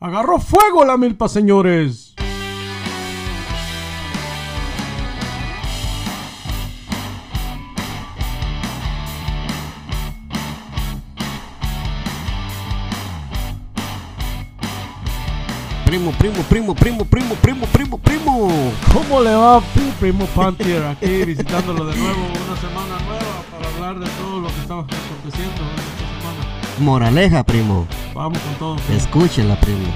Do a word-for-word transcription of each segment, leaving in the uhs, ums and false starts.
Agarró fuego la milpa, señores. Primo, primo, primo, primo, primo, primo, primo, primo. ¿Cómo le va, primo Pantier? Aquí visitándolo de nuevo, una semana nueva para hablar de todo lo que estaba aconteciendo esta semana. Moraleja, primo. Vamos con todo. Primo. Escúchela, primo.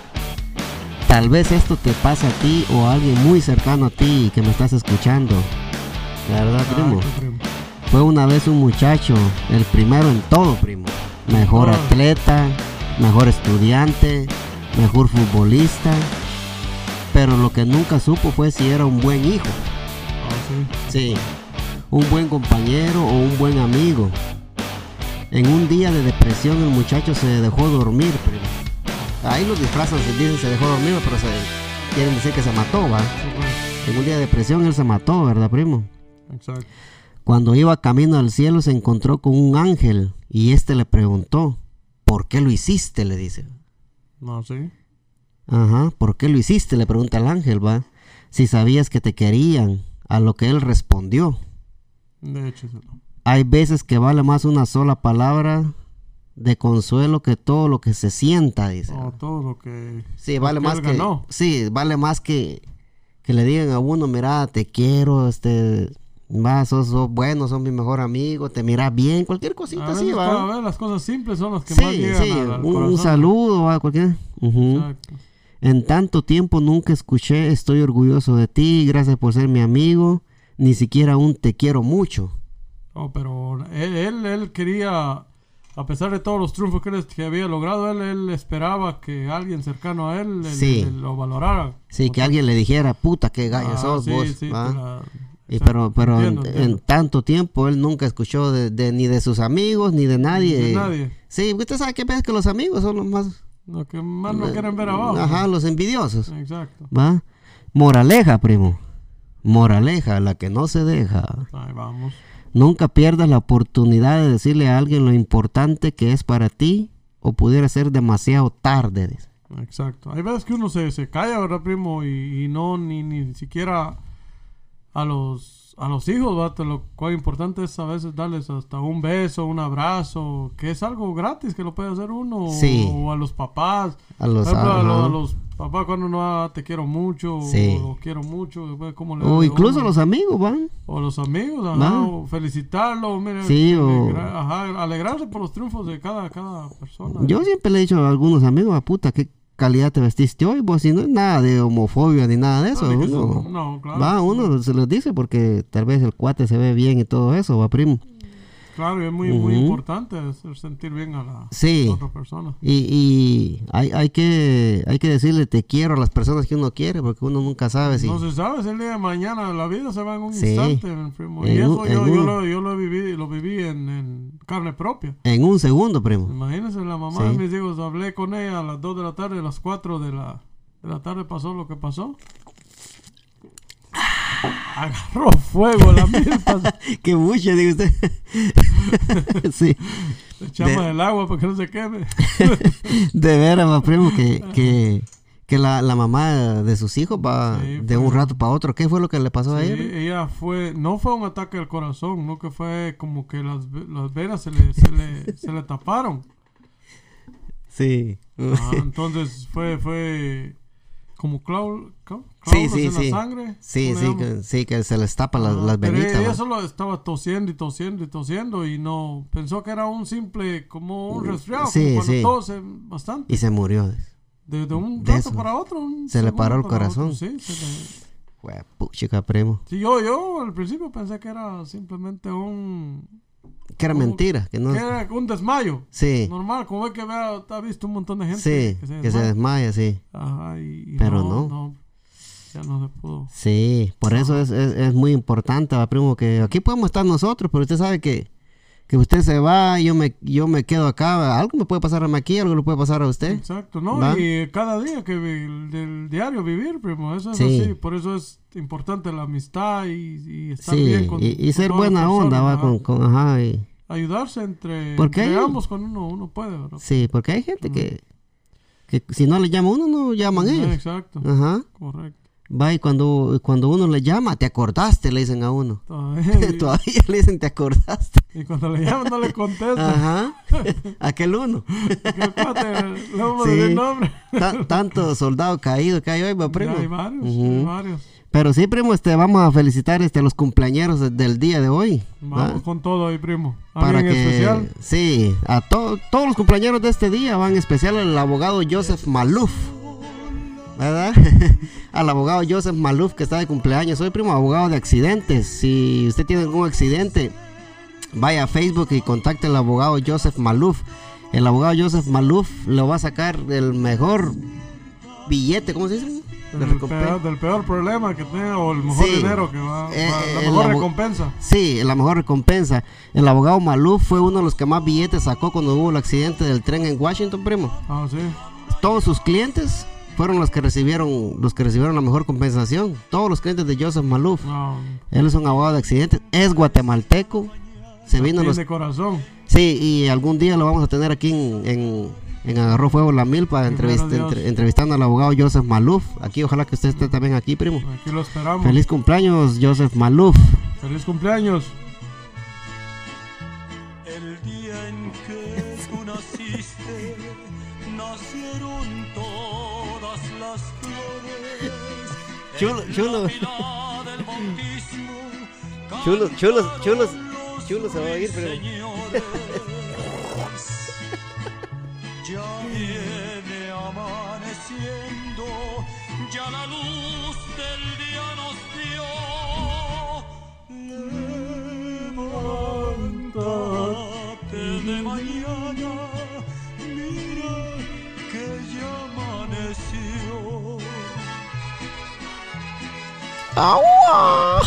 Tal vez esto te pasa a ti o a alguien muy cercano a ti que me estás escuchando. La verdad, primo. Exacto, primo. Fue una vez un muchacho, el primero en todo, primo. Mejor Oh. atleta, mejor estudiante, mejor futbolista. Pero lo que nunca supo fue si era un buen hijo. Ah, sí. Sí, un buen compañero o un buen amigo. En un día de depresión el muchacho se dejó dormir, primo. Ahí los disfrazan, se dicen se dejó dormir, pero se quieren decir que se mató, ¿va? Sí, pues. En un día de depresión él se mató, ¿verdad, primo? Exacto. Cuando iba camino al cielo se encontró con un ángel y este le preguntó, ¿por qué lo hiciste?, le dice. No, sí. Ajá, ¿por qué lo hiciste?, le pregunta el ángel, ¿va? Si sabías que te querían, a lo que él respondió. De hecho, sí. Hay veces que vale más una sola palabra de consuelo que todo lo que se sienta, dice. No, todo lo que. Sí, lo vale que más él que, ganó. sí, vale más que, que le digan a uno, mira, te quiero, este, va, sos, sos bueno, sos mi mejor amigo, te miras bien, cualquier cosita A así, veces, va. a ver, las cosas simples son las que más Sí, llegan sí, al, al un, un corazón. saludo, va, cualquier. Ujú. Exacto. En tanto tiempo nunca escuché, estoy orgulloso de ti, gracias por ser mi amigo, ni siquiera un te quiero mucho. Oh, pero él, él, él quería, a pesar de todos los triunfos que, él, que había logrado, él, él esperaba que alguien cercano a él, él- Sí. él lo valorara. Sí, que alguien le dijera, puta, qué gallo Ah, sos sí, vos, sí, ¿va? te la- Y exacto, pero pero entiendo, en, entiendo. en tanto tiempo él nunca escuchó de, de- ni de sus amigos ni de nadie. De nadie. Sí, usted sabe que ves que los amigos son los más, Lo que más no quieren ver abajo. ajá, los envidiosos, Exacto. ¿va? Moraleja, primo. Moraleja, la que no se deja. Ahí vamos. Nunca pierdas la oportunidad de decirle a alguien lo importante que es para ti o pudiera ser demasiado tarde. dice. Exacto. Hay veces que uno se, se calla, ¿verdad, primo? Y, y no ni, ni siquiera a los a los hijos, ¿verdad? Lo cual importante es a veces darles hasta un beso, un abrazo, que es algo gratis que lo puede hacer uno. Sí. O a los papás. A los, Por ejemplo, a, lo- ajá. a los papás cuando no ah, te quiero mucho, Sí. o quiero mucho, después cómo le O da incluso uno. los amigos, van. O los amigos, ajá, Va. o felicitarlo, mire, Sí, o- alegra- ajá, alegrarse por los triunfos de cada, cada persona. Yo siempre le he dicho a algunos amigos, a puta, qué calidad te vestiste hoy, vos, si no es nada de homofobia ni nada de eso. No, ni que uno, se- no, claro. va, uno se los dice porque tal vez el cuate se ve bien y todo eso, va, primo. Claro, y es muy, muy Ujú. importante hacer sentir bien a la Sí. a otra persona. Y, y hay, hay que hay que decirle te quiero a las personas que uno quiere porque uno nunca sabe si... No se sabe si el día de mañana la vida se va en un Sí. instante, mi primo. Y En eso un- yo, en yo, un- lo, yo lo viví, lo viví en, en carne propia. En un segundo, primo. Imagínense, la mamá Sí. de mis hijos, hablé con ella a las dos de la tarde, a las cuatro de la, de la tarde pasó lo que pasó. Agarró fuego la milpa. Qué mucho, digo usted. Sí. Le echamos De- el agua para que no se queme. De veras, va, primo, que, que, que la, la mamá de sus hijos va Sí, de fue- un rato para otro. ¿Qué fue lo que le pasó a Sí, ella? ella fue, no fue un ataque al corazón, no que fue como que las, ve- las venas se le, se le, se le taparon. Sí. Ah, entonces fue, fue como clau, clau- Sí, clavos sí, en sí. la sangre. Sí, ¿cómo le sí, llaman? que, sí, que se les tapa las, Ah, las pero venitas. ella va. solo estaba tosiendo y tosiendo y tosiendo y no pensó que era un simple, como un resfriado, Sí, como cuando sí. tose bastante. Y se murió. De, de un de rato eso. para otro. un Se le segundo paró el para otro, corazón. Sí, se le- Jue- puchica, primo. sí, yo, yo al principio pensé que era simplemente un, Que era ¿Cómo? mentira. Que no... que era un desmayo. Sí, Normal, como es que vea, ha visto un montón de gente sí, que se que se desmaya. desmaya, sí. Ajá, y, y Pero no, no. ya no se pudo. Sí, por eso es, es, es muy importante, va, primo, que aquí podemos estar nosotros, pero usted sabe que, que usted se va, yo me, yo me quedo acá, algo me puede pasar a mí aquí, algo le puede pasar a usted. Exacto, ¿no? ¿Va? Y cada día que vi- el del diario vivir, primo, eso es Sí. así. Por eso es importante la amistad y, y estar Sí, bien con y, y con ser todas las buena onda, personas, va, ajá. con, con, ajá, y- Ayudarse entre, Porque entre hay- ambos cuando uno, uno puede, ¿verdad? sí, porque hay gente Ujú. que, Que si no le llama uno, no llaman Sí, ellos. exacto. Ajá. Correcto. Va, y cuando, cuando uno le llama, te acordaste, le dicen a uno. Todavía, Todavía le dicen, te acordaste. y cuando le llaman no le contesta. Ajá. Aquel uno. ¿Qué cuate? Le vamos a Sí. decir nombre. Ta- tanto soldado caído que hay hoy, va, primo. Ya hay varios, Ujú. hay varios. Pero sí, primo, este, vamos a felicitar este, a los cumpleañeros de- del día de hoy. Vamos ¿va? con todo ahí, primo. Para ¿Alguien que, especial? sí, a to- todos los cumpleaños de este día van en especial al abogado Joseph Maluf, ¿verdad? Al abogado Joseph Maluf que está de cumpleaños. Soy primo abogado de accidentes. Si usted tiene algún accidente, vaya a Facebook y contacte al abogado Joseph Maluf. El abogado Joseph Maluf le va a sacar el mejor billete, ¿cómo se dice? De Del recompensa. peor, del peor problema que tenga o el mejor Sí. dinero que va, Eh, va- la eh, mejor el abo- recompensa. Sí, la mejor recompensa. El abogado Maluf fue uno de los que más billetes sacó cuando hubo el accidente del tren en Washington, primo. Ah, sí. Todos sus clientes fueron los que recibieron los que recibieron la mejor compensación. Todos los clientes de Joseph Maluf. No, Él es un abogado de accidentes, es guatemalteco. Se vino latín los de corazón. sí, y algún día lo vamos a tener aquí en, en, en Agarró Fuego la Milpa, entrevist- Dios. entre- entrevistando al abogado Joseph Maluf. Aquí, ojalá que usted esté también aquí, primo. Aquí lo esperamos. Feliz cumpleaños, Joseph Maluf. Feliz cumpleaños. El día en que tú naciste, nacieron todas las flores. Chulo, chulo. Pila del bautismo, Chulos, chulos, chulos, los chulos se va a ir, pero señores. Ya viene amaneciendo, ya la luz del día nos dio. Levántate de mañana, mira que ya amaneció. ¡Agua!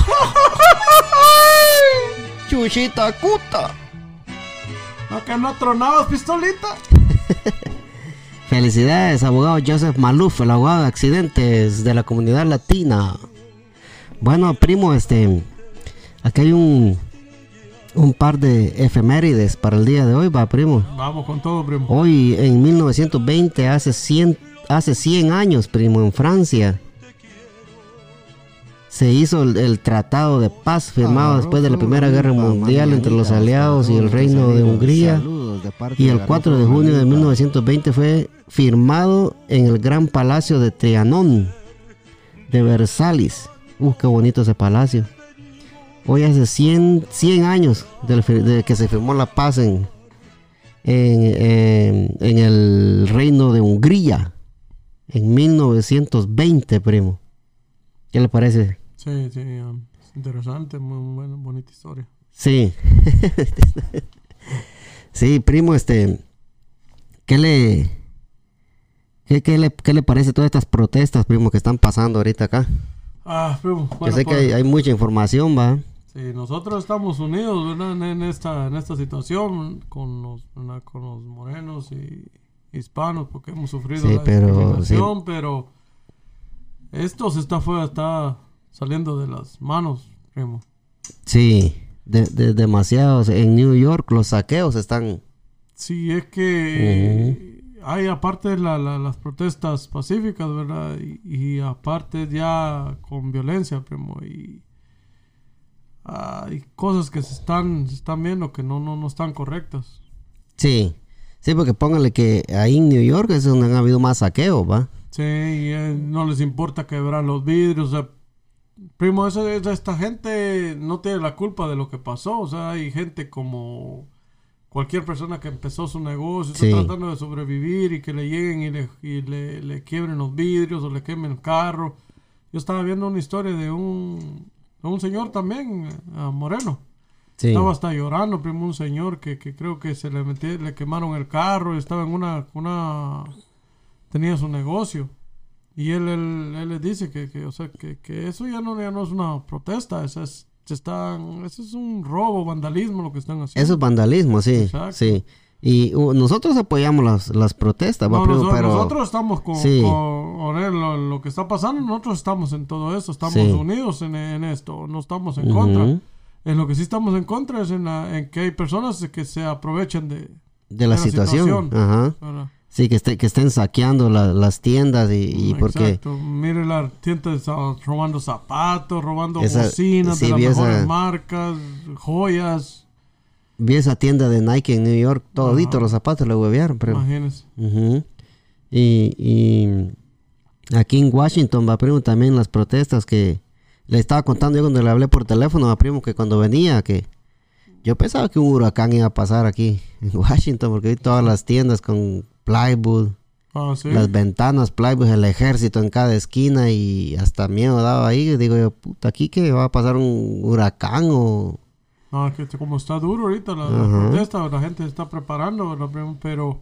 Chuchita cuta. ¿No que no tronabas, pistolita? Felicidades, abogado Joseph Maluf, el abogado de accidentes de la comunidad latina. Bueno, primo, este, aquí hay un, un par de efemérides para el día de hoy, va, primo. Vamos con todo, primo. Hoy, en mil novecientos veinte, hace cien, hace cien años, primo, en Francia, se hizo el, el tratado de paz firmado después de la Primera Guerra Mundial entre los aliados y el Reino de Hungría. Y el cuatro de junio de mil novecientos veinte fue firmado en el Gran Palacio de Trianon de Versalles. Uh, qué bonito ese palacio. Hoy hace cien, cien años de, de que se firmó la paz en, en, en, en el Reino de Hungría. En mil novecientos veinte, primo. ¿Qué le parece? Sí, sí, um, es interesante, muy buena, bonita historia. Sí. Sí, primo, este, ¿qué le, qué, qué le, qué le parece todas estas protestas, primo, que están pasando ahorita acá? Ah, primo, Yo bueno, sé que pues, hay, hay mucha información, va. sí, nosotros estamos unidos, ¿verdad? En, en esta, en esta situación con los, ¿verdad? Con los morenos y hispanos, porque hemos sufrido Sí, la pero, discriminación, pero esto se está fuera, está saliendo de las manos, primo. Sí, de, de- demasiados. En New York los saqueos están. Sí, es que hay aparte la, la- las protestas pacíficas, ¿verdad? Y, y aparte ya con violencia, primo. Y hay cosas que se están, se están viendo que no, no, no están correctas. Sí, sí, porque póngale que ahí en New York es donde han habido más saqueos, va. Sí, y eh, no les importa quebrar los vidrios. O sea, primo, eso, eso- esta gente no tiene la culpa de lo que pasó. O sea, hay gente como cualquier persona que empezó su negocio, está Sí. tratando de sobrevivir y que le lleguen y le, y le, le quiebren los vidrios o le quemen el carro. Yo estaba viendo una historia de un, de un señor también, eh, moreno. Sí, Estaba hasta llorando, primo, un señor que, que creo que se le metió, le quemaron el carro y estaba en una, una tenía su negocio. Y él, él, él les dice que, que, o sea, que, que eso ya no, ya no es una protesta, eso es, se están, eso es un robo, vandalismo lo que están haciendo. eso es vandalismo, sí, Exacto. sí. Y uh, nosotros apoyamos las, las protestas, va, No, primo, nosotros, pero nosotros estamos con, sí. con- con él, lo, lo que está pasando, nosotros estamos en todo eso, estamos Sí. unidos en, en esto, no estamos en contra. Ujú. En lo que sí estamos en contra es en, la- en que hay personas que se aprovechan de, de la, de la situación. situación. Ajá. ¿verdad? Sí, que, esté, que estén saqueando la, las tiendas y, y porque... Exacto. Mire las tiendas uh, robando zapatos, robando Esa- bocinas sí, de las vi esa- mejores marcas, joyas. Vi esa tienda de Nike en New York, todito Ajá. los zapatos le huevearon, primo. Imagínense. Ujú. y, y aquí en Washington, va, primo, también las protestas que... Le estaba contando yo cuando le hablé por teléfono, va, primo, que cuando venía, que... Yo pensaba que un huracán iba a pasar aquí en Washington, porque vi todas las tiendas con plywood, Ah, sí. las ventanas, plywood, el ejército en cada esquina y hasta miedo daba ahí. Digo yo, puta, aquí que va a pasar un huracán o... No, que te- como está duro ahorita la, la Ajá. protesta, la gente se está preparando, ¿verdad? Primo? Pero,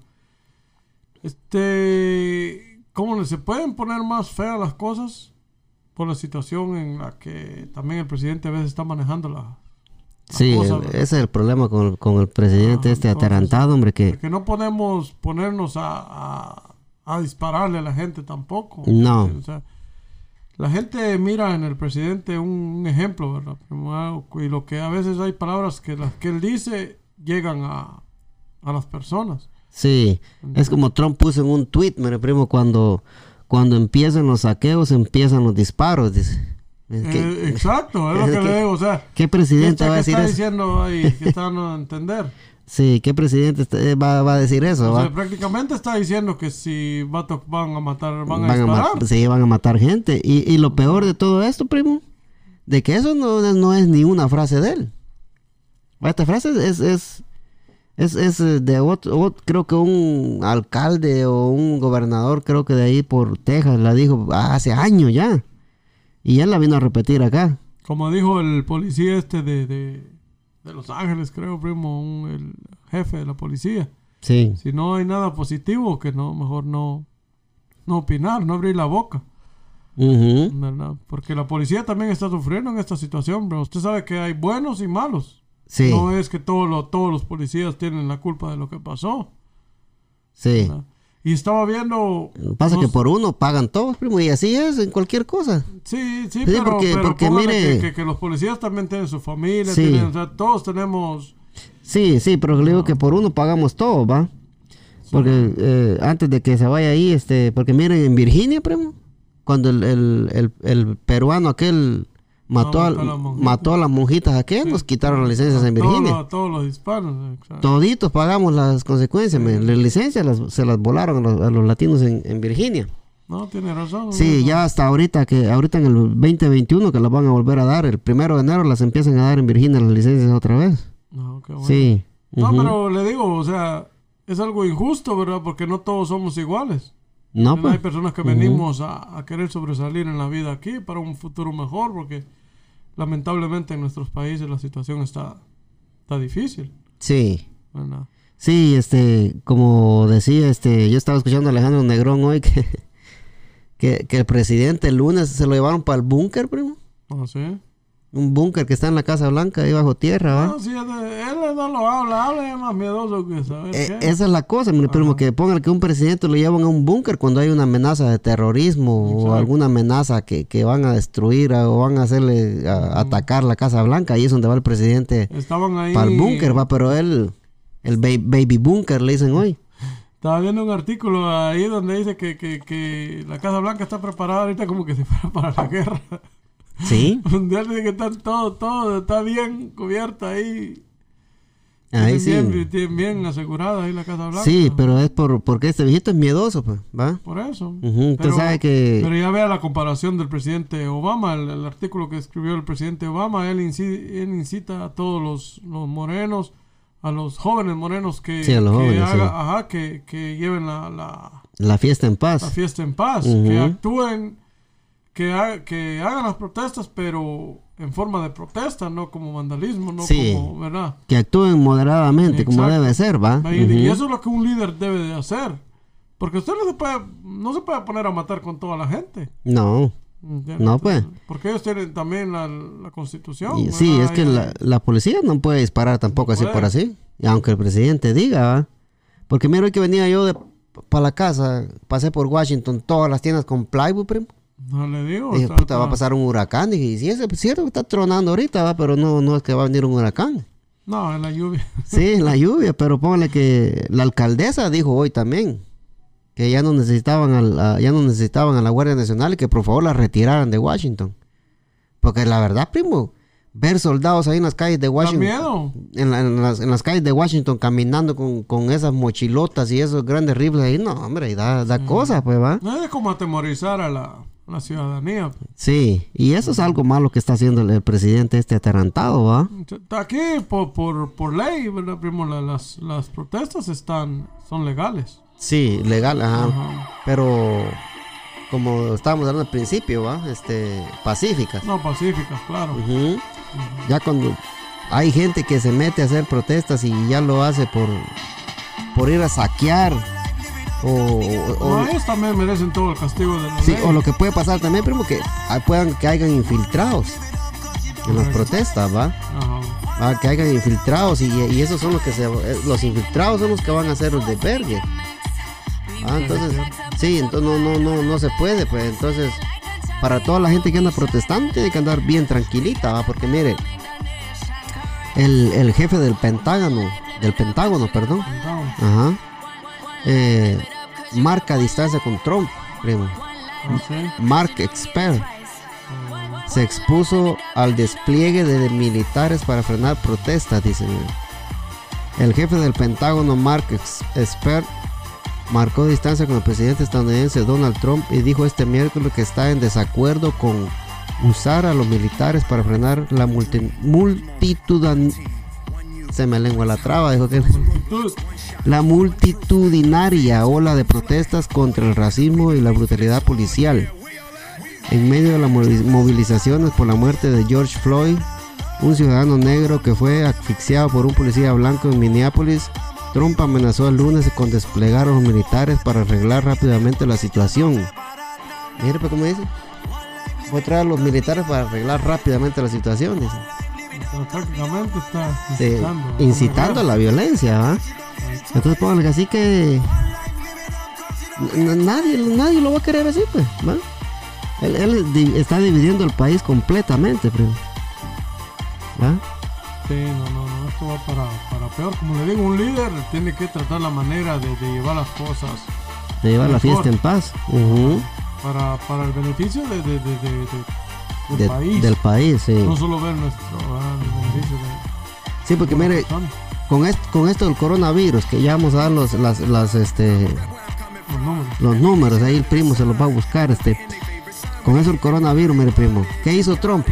este, ¿cómo se pueden poner más feas las cosas por la situación en la que también el presidente a veces está manejando la, la Sí, cosa, el- ¿verdad? ese es el problema con, con el presidente Ah, este entonces, atarantado, hombre, que... Que no podemos ponernos a, a, a dispararle a la gente tampoco. No. O sea, la gente mira en el presidente un, un ejemplo, ¿verdad? Primero, y lo que a veces hay palabras que las que él dice llegan a, a las personas. Sí, es como Trump puso en un tweet, mire, primo, cuando, cuando empiezan los saqueos, empiezan los disparos, dice. ¿Qué, Eh, exacto, es lo es que que- le digo. O sea, qué presidente ¿qué va a decir está eso? diciendo ahí que están a entender? Sí, ¿qué presidente está- eh, va, va a decir eso? O va? sea, prácticamente está diciendo que si va a to- van a matar, van a Van a disparar. ma- sí, van a matar gente. Y, y lo peor de todo esto, primo, de que eso no, es- no es ni una frase de él. Esta frase es, es, es, es eh, de otro, ot- creo que un alcalde o un gobernador, creo que de ahí por Texas, la dijo hace años ya. Y él la vino a repetir acá. Como dijo el policía este de, de, de Los Ángeles, creo, primo, un- el jefe de la policía. Sí, Si no hay nada positivo, que no, mejor no, no opinar, no abrir la boca, ujú, ¿verdad? Porque la policía también está sufriendo en esta situación, bro. Usted sabe que hay buenos y malos. sí, No es que todos los todos los policías tienen la culpa de lo que pasó, sí. ¿verdad? Y estaba viendo... Pasa no que sé- por uno pagan todos, primo, y así es en cualquier cosa. Sí, sí, Sí, pero, porque- pero porque póngale mire- que, que- que los policías también tienen su familia, Sí. tienen, o sea, todos tenemos... Sí, sí, pero le digo que por uno pagamos todo, ¿va? Porque eh, antes de que se vaya ahí, este, porque miren, en Virginia, primo, cuando el, el, el, el peruano aquel mató, Ah, al- mató a la monjita. mató a las monjitas aquel, Sí. nos quitaron las licencias en Todos Virginia. los, todos los hispanos, exacto. Toditos pagamos las consecuencias, men. Las licencias las- se las volaron a los, a los latinos en, en Virginia. No, tiene razón. Sí, ¿no? ya hasta ahorita, que ahorita en el veinte veintiuno que las van a volver a dar, el primero de enero las empiezan a dar en Virginia las licencias otra vez. No, qué bueno. Sí. No, ujú. pero le digo, o sea, es algo injusto, ¿verdad? Porque no todos somos iguales. No, ¿verdad? pues. Hay personas que Ujú. venimos a, a querer sobresalir en la vida aquí para un futuro mejor, porque lamentablemente en nuestros países la situación está, está difícil, Sí. ¿verdad? Sí, este, como decía, este, yo estaba escuchando a Alejandro Negrón hoy que, que, que el presidente el lunes se lo llevaron para el búnker, primo. ¿Ah, sí? Un búnker que está en la Casa Blanca, ahí bajo tierra, ¿va? No, sí, es de- él no lo habla, habla es más miedoso que saber Eh, qué. esa es la cosa, mi primo, Ajá. que pongan que un presidente lo llevan a un búnker cuando hay una amenaza de terrorismo o Exacto. alguna amenaza que, que van a destruir a- o van a hacerle a- atacar la Casa Blanca. Ahí es donde va el presidente Estaban ahí. para el búnker, va, pero él, el ba- baby búnker le dicen hoy. Estaba viendo un artículo ahí donde dice que, que, que la Casa Blanca está preparada ahorita como que si fuera para la guerra. Sí, Mundial dice que están todo, todo está bien cubierta ahí. ahí Tienen sí. bien, tienen bien asegurada ahí la Casa Blanca. Sí, pero es por porque este viejito es miedoso, pues, ¿va? Por eso. Ujú, usted Pero- sabe que... Pero ya vea la comparación del presidente Obama, el, el artículo que escribió el presidente Obama, él, inci- él incita a todos los, los morenos, a los jóvenes morenos que, Sí, a los que, jóvenes, haga- sí. ajá, que, que lleven la, la, La fiesta en la paz. fiesta en paz, Ujú. que actúen, que, ha- que hagan las protestas, pero en forma de protesta, no como vandalismo, no Sí. como, ¿verdad? Que actúen moderadamente, como Exacto. debe ser, ¿va? Y, Ujú. y eso es lo que un líder debe de hacer. Porque usted no se puede, no se puede poner a matar con toda la gente. No. ¿Entiendes? No, pues. Porque ellos tienen también la, la constitución. Y- ¿verdad? sí, es que Ahí- la, la policía no puede disparar tampoco No así puede. por así. Y aunque el presidente diga, ¿va? Porque mira, hoy que venía yo de para la casa, pasé por Washington, todas las tiendas con plywood, primo. No le digo. Dije, está- puta, va a está- pasar un huracán. Dije, y sí, es cierto que está tronando ahorita, ¿va? Pero no, no es que va a venir un huracán. No, en la lluvia. Sí, la lluvia, pero póngale que la alcaldesa dijo hoy también que ya no necesitaban al, a, ya no necesitaban a la Guardia Nacional y que por favor la retiraran de Washington. Porque la verdad, primo, ver soldados ahí en las calles de Washington, miedo. En, la, en, las, en las calles de Washington caminando con, con esas mochilotas y esos grandes rifles ahí, no, hombre, da, da sí. cosa, pues, va. No es como atemorizar a la, a la ciudadanía. Sí, y eso es algo malo que está haciendo el, el presidente este atarantado, va. Aquí, por, por, por ley, ¿verdad, primo? La, las, las protestas están, son legales. Sí, legal, ajá. Ajá. Pero como estábamos hablando al principio, ¿va? Este, pacíficas. No, pacíficas, claro. Uh-huh. Uh-huh. Ya cuando hay gente que se mete a hacer protestas y ya lo hace por, por ir a saquear o, o, no, ellos también merecen todo el castigo de la sí, ley. O lo que puede pasar también, primo, que puedan que hayan infiltrados en las protestas, ¿va? Ajá. Ah, que hayan infiltrados y, y esos son los que se, los infiltrados son los que van a hacer los de vergue. Ah, entonces, sí, entonces no, no, no, no se puede, pues entonces, para toda la gente que anda protestando tiene que andar bien tranquilita, ¿va? Porque mire, el, el jefe del Pentágono, del Pentágono, perdón, ajá, eh, marca distancia con Trump, primo. ¿Sí? Mark Expert se expuso al despliegue de militares para frenar protestas, dice. El jefe del Pentágono, Mark Expert, marcó distancia con el presidente estadounidense Donald Trump y dijo este miércoles que está en desacuerdo con usar a los militares para frenar la multi, multitud se me lengua la traba, dijo que la multitudinaria ola de protestas contra el racismo y la brutalidad policial. En medio de las movilizaciones por la muerte de George Floyd, un ciudadano negro que fue asfixiado por un policía blanco en Minneapolis, Trump amenazó el lunes con desplegar a los militares para arreglar rápidamente la situación. Mire, pues, ¿cómo dice? Voy a traer a los militares para arreglar rápidamente la situación, dice. Pero prácticamente está incitando, sí, incitando a la violencia, ¿va? Entonces, pónganle así que nadie, nadie lo va a querer así, pues, ¿va? Él, él di, está dividiendo el país completamente, primo. ¿Va? Sí, no, no, no, esto va para, para peor. Como le digo, un líder tiene que tratar la manera de, de llevar las cosas. De llevar mejor. La fiesta en paz. Uh-huh. Para, para el beneficio de, de, de, de, de, del de, país. Del país, sí. No solo ver nuestro ah, el beneficio de... Sí, porque mire, con esto, con esto del coronavirus, que ya vamos a dar los, las, las, este, los números. Los números, ahí el primo se los va a buscar, este. Con eso el coronavirus, mire, primo. ¿Qué hizo Trump?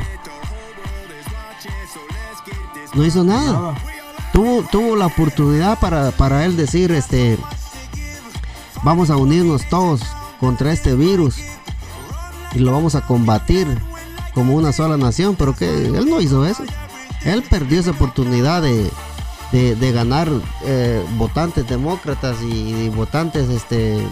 No hizo nada. nada. Tuvo, tuvo la oportunidad para, para él decir, este, vamos a unirnos todos contra este virus y lo vamos a combatir como una sola nación, pero que él no hizo eso. Él perdió esa oportunidad de, de, de ganar eh, votantes demócratas y, y votantes este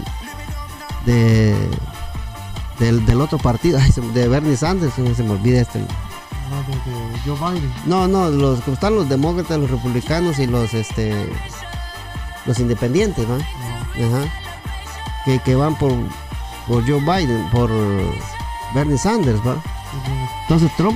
de del, del otro partido, de Bernie Sanders, se me olvida este. No, de, de Joe Biden. No, no, los como están los demócratas, los republicanos y los este los independientes, ¿no? Uh-huh. Ajá. Que, que van por por Joe Biden, por Bernie Sanders, ¿va? Uh-huh. Entonces Trump.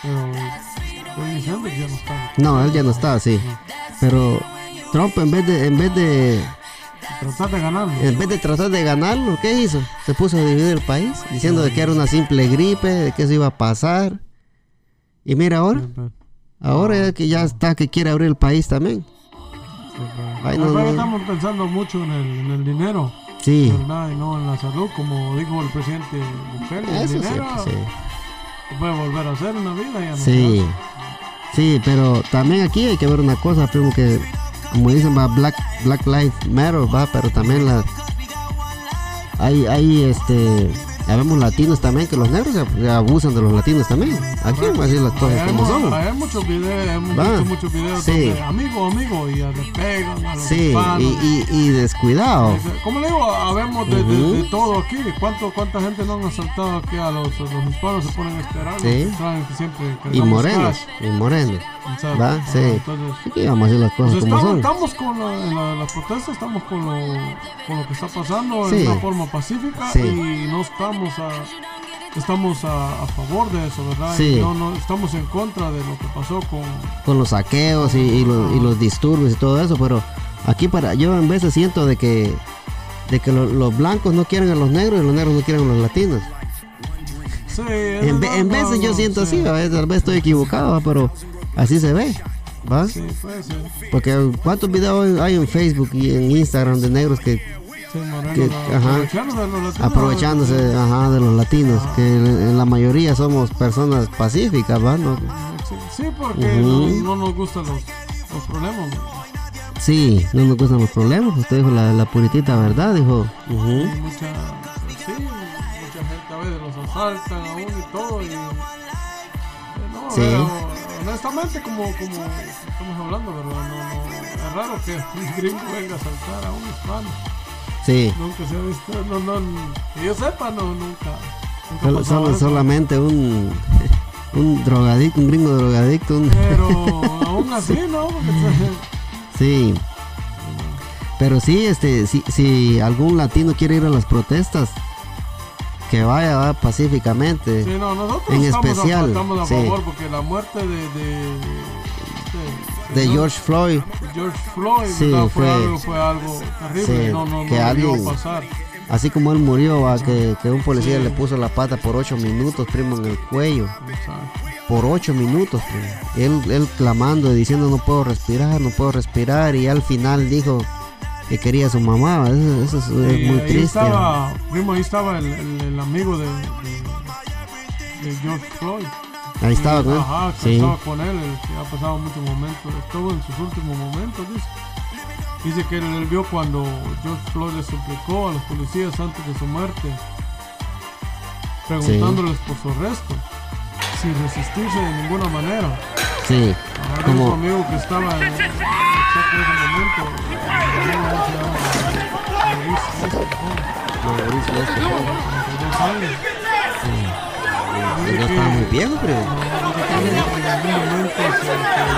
Pero Bernie Sanders ya no está. No, él ya no está, sí. Pero Trump en vez de en vez de tratar de ganarlo. En vez de tratar de ganarlo, ¿qué hizo? Se puso a dividir el país, diciendo de que era una simple gripe, de que eso iba a pasar. Y mira ahora, ahora ya que ya está que quiere abrir el país también. Ay, no, no. Estamos pensando mucho en el, en el dinero, sí, ¿verdad? Y no en la salud, como dijo el presidente Bukele. Eso el dinero sí, sí. Se puede volver a hacer en la vida, ya no. Sí, sí, pero también aquí hay que ver una cosa, primo, que como dicen, va Black Black Lives Matter, va, pero también la hay hay este sabemos latinos también, que los negros se, se abusan de los latinos también. Aquí vamos a decir las cosas como son. Hay muchos videos, hemos visto muchos videos sí, donde amigos, amigos, y le pegan a los sí, hispanos. Y, y, y descuidado. Como le digo, habemos de, uh-huh. de, de todo aquí. ¿Cuánto, ¿Cuánta gente no han asaltado aquí a los, a los hispanos? Se ponen a esperar. Sí. Siempre y morenos, y morenos. ¿Va? Sí. Entonces, aquí vamos a decir las cosas pues como estamos, son. Estamos con la, la, la protesta, estamos con lo, con lo que está pasando, sí, en una forma pacífica, sí, y no estamos a, estamos a, a favor de eso, ¿verdad? Sí. No, no estamos en contra de lo que pasó con con los saqueos y, y, los, y los disturbios y todo eso, pero aquí para yo en veces siento de que de que lo, los blancos no quieren a los negros y los negros no quieren a los latinos. Sí, En, ve- no, en no, veces no, yo siento sí. así, a veces, tal vez estoy equivocado, ¿va? Pero así se ve, ¿va? Sí, puede ser. Porque cuántos videos hay en Facebook y en Instagram de negros que Sí, moreno, Que- no, ajá. aprovechándose de los latinos. aprovechándose, ajá, de los latinos, que en la mayoría somos personas pacíficas, ¿va? No- Sí, sí, porque Ujú. no, no nos gustan los, los problemas. ¿no? sí, no nos gustan los problemas. Usted dijo la, la puritita verdad, dijo. Ujú. Hay mucha, sí, mucha gente a veces los asaltan aún y todo. Y, eh, no, Sí. pero, honestamente, como, como estamos hablando, ¿verdad? No, no, es raro que un gringo venga a asaltar a un hispano. Sí, Nunca se ha visto, no, no, que yo sepa, no, nunca. nunca solo, pasaba solo- eso. solamente un, un drogadicto, un gringo drogadicto. Un, Pero aún así, ¿no? Porque, sí, pero sí, este, si, si algún latino quiere ir a las protestas, que vaya, va pacíficamente. sí, no, nosotros En estamos, especial, a, estamos a sí. favor porque la muerte de, de, de, De George Floyd. George Floyd, Sí, ¿verdad? fue, fue- algo, fue algo terrible, sí, no, no, que no debió alguien- pasar. Así como él murió, va, que, que un policía Sí. le puso la pata por ocho minutos, primo, en el cuello. Exacto. Por ocho minutos, primo. Él, él clamando, diciendo no puedo respirar, no puedo respirar. Y al final dijo que quería a su mamá. Eso, eso es, es Y muy ahí triste. estaba, primo, ahí estaba el, el, el amigo de, de, de George Floyd. Ahí estaba con él. Ajá, que Sí. estaba con él, el que ha pasado muchos momentos, estuvo en sus últimos momentos, dice. Dice que él, él vio cuando George Floyd le suplicó a los policías antes de su muerte, preguntándoles por su arresto, sin resistirse de ninguna manera. Sí. Ahora su Como, amigo que estaba en, exacto en ese momento, el amigo se llama Maurice Lester, no, Mauricio Lester, con treinta y dos años. él ya estaba muy viejo, primo. No, dice que él en algún momento se, se,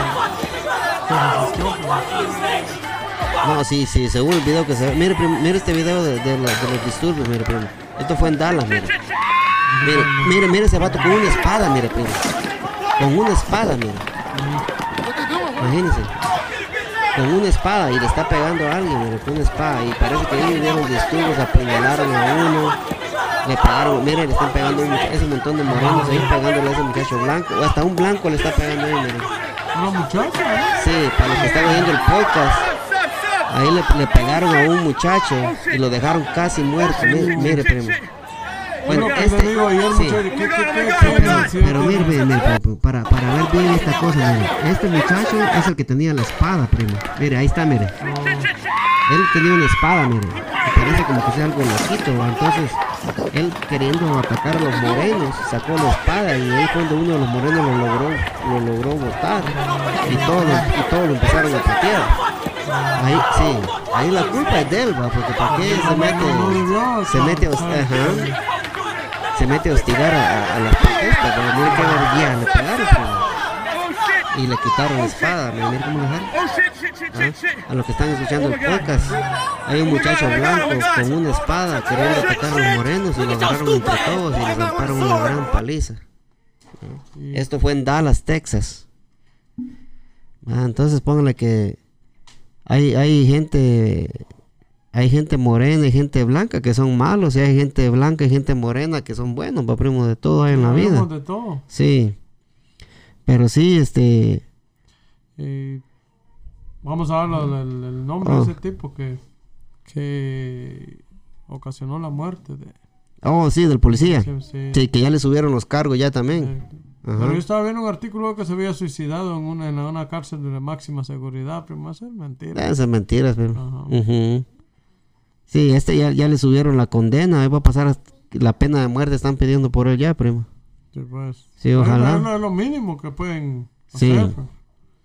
se resistió, pero No, sí, sí, según el video que se ve. Mire, primo, mire este video de, de, la- de los disturbios, mire, primo. Esto fue en Dallas, mire. Mire, mire, mire ese vato con una espada, mire, primo. Con una espada, mire. Imagínense. Con una espada y le está pegando a alguien, mire, con una espada. Y parece que ahí dieron disturbios, apuñalaron a uno. Le pegaron, mire, le están pegando a un, ese montón de morenos ahí pegándole a ese muchacho blanco. O hasta un blanco le está pegando ahí, mire. una muchacha, ¿eh? Sí, para los que están oyendo el podcast, ahí le, le pegaron a un muchacho y lo dejaron casi muerto. Mire, mire, primo. Bueno, Bueno, este, te digo, y el sí, muchacho, ¿qué, qué, qué, pero, qué, qué, pero mire, mire, mire, primo, para, para ver bien esta cosa, mire. Este muchacho es el que tenía la espada, primo. Mire, ahí está, mire. Él tenía una espada, mire. Y parece como que sea algo loquito, ¿va? Entonces, él queriendo atacar a los morenos, sacó la espada y ahí fue donde uno de los morenos lo logró, lo logró botar. Y todos, y todos lo empezaron a patear. Ahí, sí, ahí la culpa es de él, ¿va? Porque para qué se mete, se mete, a hos- ajá, se mete a hostigar a, a, a las protestas, pero mire qué vergüenza le pegaron, primo. Y le quitaron la espada, mire, mire cómo lo dejaron. ¿Ah? A los que están escuchando el podcast, hay un muchacho blanco con una espada queriendo atacar a los morenos y lo agarraron entre todos y le romparon una gran paliza. ¿Ah? Esto fue en Dallas, Texas. Ah, entonces pónganle que hay, hay gente, hay gente morena y gente blanca que son malos, y hay gente blanca y gente morena que son buenos, va, primo, de todo hay en la vida. de todo. Sí, pero sí, este, Y vamos a darle el, el nombre Oh. de ese tipo que, que ocasionó la muerte de... oh, sí, del policía. Sí, sí. Sí, que ya le subieron los cargos ya también. Eh, Ajá. Pero yo estaba viendo un artículo que se había suicidado en una, en una cárcel de máxima seguridad, pero más es mentira. Esas mentiras, pero. Ajá. Ujú. Sí, este ya, ya le subieron la condena, ahí va a pasar hasta- la pena de muerte, están pidiendo por él ya, primo. Sí, pues. Sí, ojalá. Es lo, es lo mínimo que pueden Sí. hacer. pues.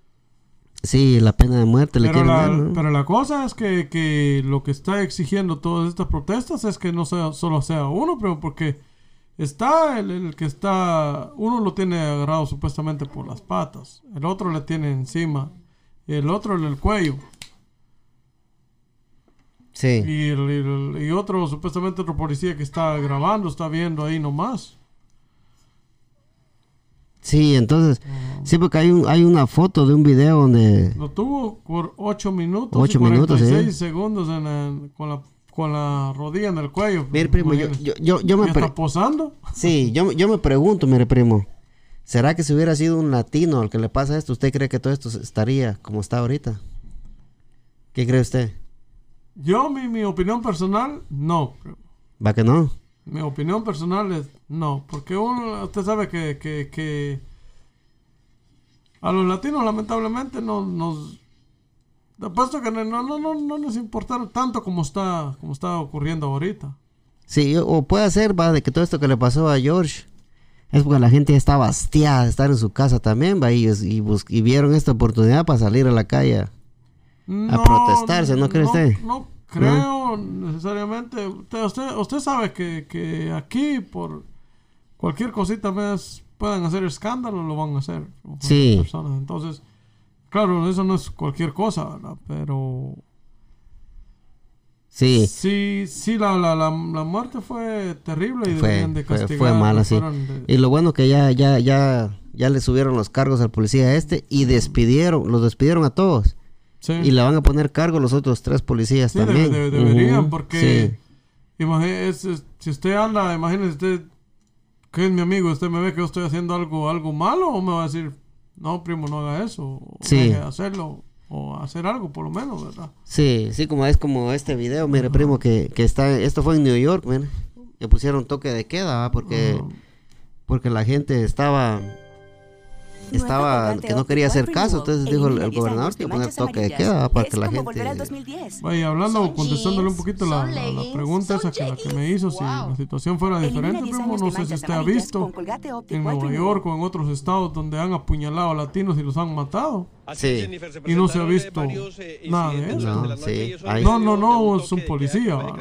Sí, la pena de muerte le Pero quieren la, dar, ¿no? pero la cosa es que, que lo que está exigiendo todas estas protestas es que no sea solo sea uno, pero porque está el, el que está, uno lo tiene agarrado supuestamente por las patas, el otro le tiene encima, el otro en el cuello, Sí. y, el, y, el- y otro supuestamente otro policía que está grabando, está viendo ahí nomás. Sí, entonces, sí, porque hay un, hay una foto de un video donde Lo tuvo por ocho minutos Ocho y minutos, cuarenta y seis ¿eh? segundos en el- con, la, con la rodilla en el cuello. Mire, primo, yo, yo, yo, yo me... ¿Ya está posando? Sí, yo, yo me pregunto, mire, primo. ¿Será que si hubiera sido un latino al que le pasa esto, usted cree que todo esto estaría como está ahorita? ¿Qué cree usted? Yo, mi, mi opinión personal, no. ¿Va que no? Mi opinión personal es no. Porque uno, usted sabe que, que, que a los latinos lamentablemente no, nos... Te apuesto que no, no, no, no nos importaron tanto como está, como está ocurriendo ahorita. Sí, o puede ser, va, de que todo esto que le pasó a George es porque la gente está hastiada de estar en su casa también, va, y, y, bus- y vieron esta oportunidad para salir a la calle a, No, a protestarse, ¿no cree usted? No creo necesariamente. Usted, usted, usted sabe que, que aquí por cualquier cosita más puedan hacer escándalo, lo van a hacer. Sí. Personas. Entonces, claro, eso no es cualquier cosa, ¿verdad? Pero Sí, sí, sí, la, la, la, la muerte fue terrible y fue, deberían de fue, castigar. fue mala, sí. fueran de- Y lo bueno que ya, ya, ya, ya le subieron los cargos al policía este y despidieron, los despidieron a todos. sí. Y le van a poner cargo los otros tres policías Sí, también. debe- debe- deberían, Ujú, porque sí. imagi- es- es- si usted anda, imagínese usted que es mi amigo, usted me ve que yo estoy haciendo algo, algo malo, o me va a decir, no, primo, no haga eso, o Sí. deje de hacerlo, o hacer algo por lo menos, ¿verdad? Sí, sí, como es como este video, mire, primo, que, que está, esto fue en New York, mire, que pusieron toque de queda, ¿va? porque, Ajá. porque la gente estaba, estaba, que no quería hacer caso, entonces dijo el, el gobernador que iba a poner toque de queda, ¿va? para que la gente... Vaya, hablando, Son contestándole un jeans, poquito la, son la- la leggings, pregunta esa son que, la que me jeggings. hizo, si Wow. la situación fuera diferente, primo, no sé si usted ha visto en Nueva York o en otros estados donde han apuñalado a latinos y los han matado. Sí. Y no se ha visto nada de eso. No, sí, hay- No, no, no, es un policía, ¿va?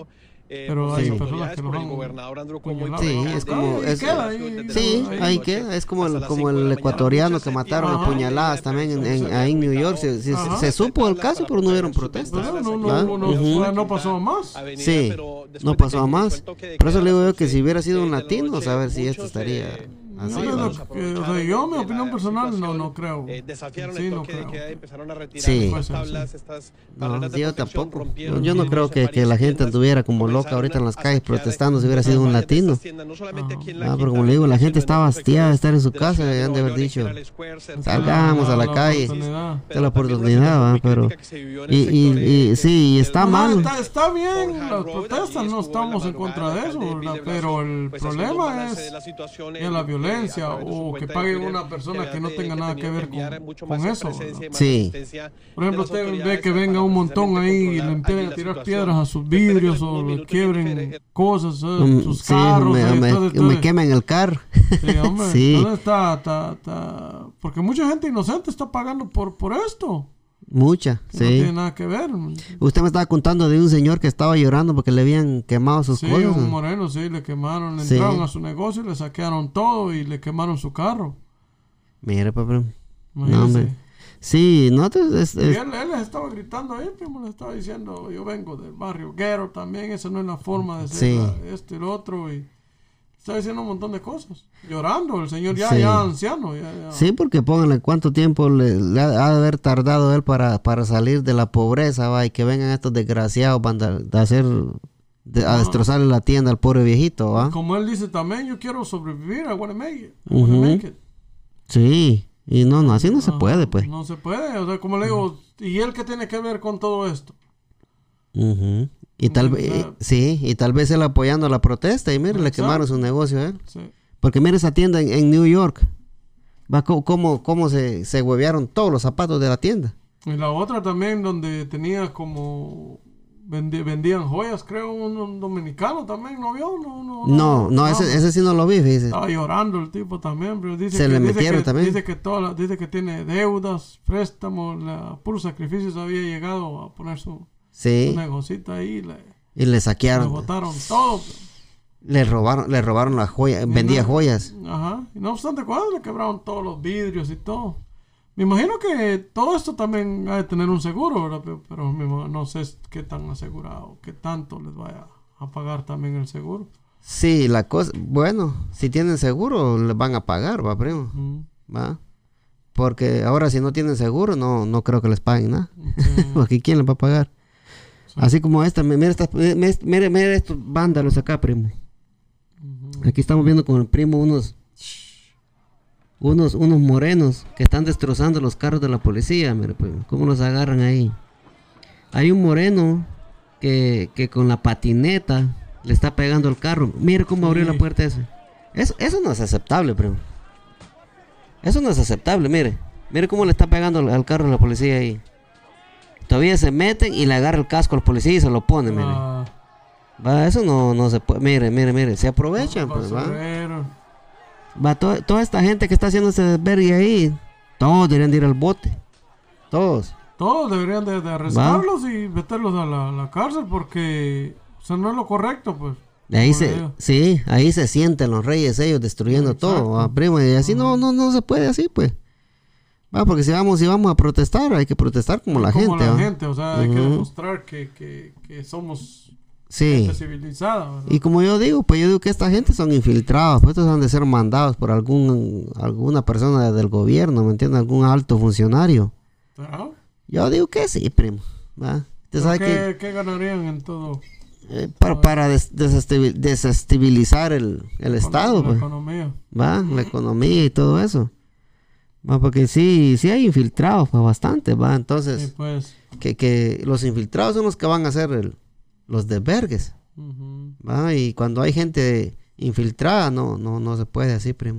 Pero hay personas que los han apuñalado. Sí, es como... Ahí es- queda, ahí- Sí, ahí- ahí queda, es como el, como el ecuatoriano que mataron a Ajá. puñaladas también en, en- ahí en New York. Se, se- Ajá. se supo el caso, pero no hubieron protestas. No, no, no, ¿va? no, no, Ujú. no pasó a más. Sí, no pasó a más. Por eso le digo yo que si hubiera sido un latino, a ver si esto estaría así. No, ¿va? no, que, o sea, yo, mi opinión personal, no, no creo. Sí, no creo. Sí. Puede ser, sí. No, yo tampoco. Yo, yo no creo que, que la gente anduviera como loca ahorita en las calles protestando si hubiera sido un latino. Ah, pero como le digo, la gente estaba hastiada de estar en su casa y han de haber dicho, salgamos a la calle. oportunidad. Esta es la oportunidad, ¿va? Pero... Y, y, y sí, y está No, mal. está, está bien las protestas, no estamos en contra de eso, ¿verdad? Pero el problema es es la violencia o que paguen una persona que no tenga nada que ver con, con eso, ¿verdad? Sí. Por ejemplo, usted ve que venga un montón ahí y le empiecen a tirar piedras a sus vidrios o le quiebren cosas, ¿eh? Mm, sus sí, carros. me, ¿eh? me, Entonces, me entonces- quemen el carro. Sí, hombre. Sí. Entonces está, está, está- porque mucha gente inocente está pagando por, por esto. Mucha, No tiene sí. nada que ver. Usted me estaba contando de un señor que estaba llorando porque le habían quemado sus Sí, cosas. un moreno, sí, le quemaron, Sí. entraron a su negocio, le saquearon todo y le quemaron su carro. Mire, papá. Imagínese. No, hombre. Sí, no, es, es- Y es- él, él les estaba gritando ahí, primo, le estaba diciendo, yo vengo del barrio Guero también, esa no es la forma de ser Sí. la- esto y lo otro. Y estaba diciendo un montón de cosas. Llorando, el señor ya, Sí. ya anciano. Ya, ya. sí, porque pónganle cuánto tiempo le, le ha, ha de haber tardado él para, para salir de la pobreza, va, y que vengan estos desgraciados van a, de hacer, de- a Ah. destrozarle la tienda al pobre viejito, va. Como él dice también, yo quiero sobrevivir, I wanna make it. I Ujú. wanna make it. Sí, y no, no, así no se Ajá, puede, pues. No se puede, o sea, como le digo, ¿y él qué tiene que ver con todo esto? Ujú. Y tal Mm, vez, claro. sí, y tal vez él apoyando la protesta y mire, le Exacto. quemaron su negocio a él. Sí. Porque mire esa tienda en, en New York. Va co- cómo, cómo se, se huevearon todos los zapatos de la tienda. Y la otra también donde tenía como vendi- vendían joyas, creo, un, un dominicano también, ¿no vio? No, no, No, no, ese, ese sí no lo vi, fíjese. Estaba llorando el tipo también, pero dice Se que, le dice metieron que, también. Dice que, toda la- dice que tiene deudas, préstamos, la, puros sacrificios había llegado a poner su, Sí, su negocito ahí y le, y le le saquearon. botaron todo. Le robaron, le robaron las joyas, vendía no- joyas. Ajá. Y no obstante, cuando le quebraron todos los vidrios y todo. Me imagino que todo esto también ha de tener un seguro, ¿verdad? Pero, pero me ima- no sé qué tan asegurado, qué tanto les vaya a pagar también el seguro. Sí, la cosa, bueno, si tienen seguro, les van a pagar, va, primo, Mm. va. Porque ahora si no tienen seguro, no, no creo que les paguen nada. Sí. Porque ¿quién les va a pagar? Así como esta, mira, esta, mira, mira, mira estos vándalos acá, primo. Uh-huh. Aquí estamos viendo con el primo unos, unos, unos morenos que están destrozando los carros de la policía, mira, primo, cómo los agarran ahí. Hay un moreno que, que con la patineta le está pegando el carro. Mira cómo abrió sí. la puerta ese. Eso, eso no es aceptable, primo. Eso no es aceptable, mire. Mire cómo le está pegando al, al carro a la policía ahí. Todavía se meten y le agarra el casco al policía y se lo pone, mire. Ah. Va, eso no, no se puede. Mire, mire, mire. Se aprovechan, pues, va. Va, to, toda esta gente que está haciendo ese desvergue ahí, todos deberían de ir al bote. Todos. Todos deberían de, de arrestarlos ¿va? Y meterlos a la, la cárcel porque o sea, no es lo correcto, pues. De ahí se, sí, ahí se sienten los reyes ellos destruyendo exacto. todo, ¿va, primo? Y así uh-huh. no, no, no se puede así, pues. Va, porque si vamos, si vamos a protestar, hay que protestar como la como gente. Como la ¿va? gente, o sea, uh-huh. hay que demostrar que, que, que somos sí. gente civilizada. ¿verdad? Y como yo digo, pues yo digo que esta gente son infiltrados, pues estos han de ser mandados por algún alguna persona del gobierno, ¿me entiendes? Algún alto funcionario. ¿Ah? Yo digo que sí, primo. ¿Va? ¿Usted sabe qué, que, ¿Qué ganarían en todo? Eh, para para des, desestabil, desestabilizar el, el la Estado, la pues. economía. Va, la economía y todo eso. Va, porque sí, sí hay infiltrados, pues bastante, va. Entonces, sí, pues. que, que los infiltrados son los que van a hacer el, los desvergues. Uh-huh. Va, y cuando hay gente infiltrada, no, no, no se puede así, primo.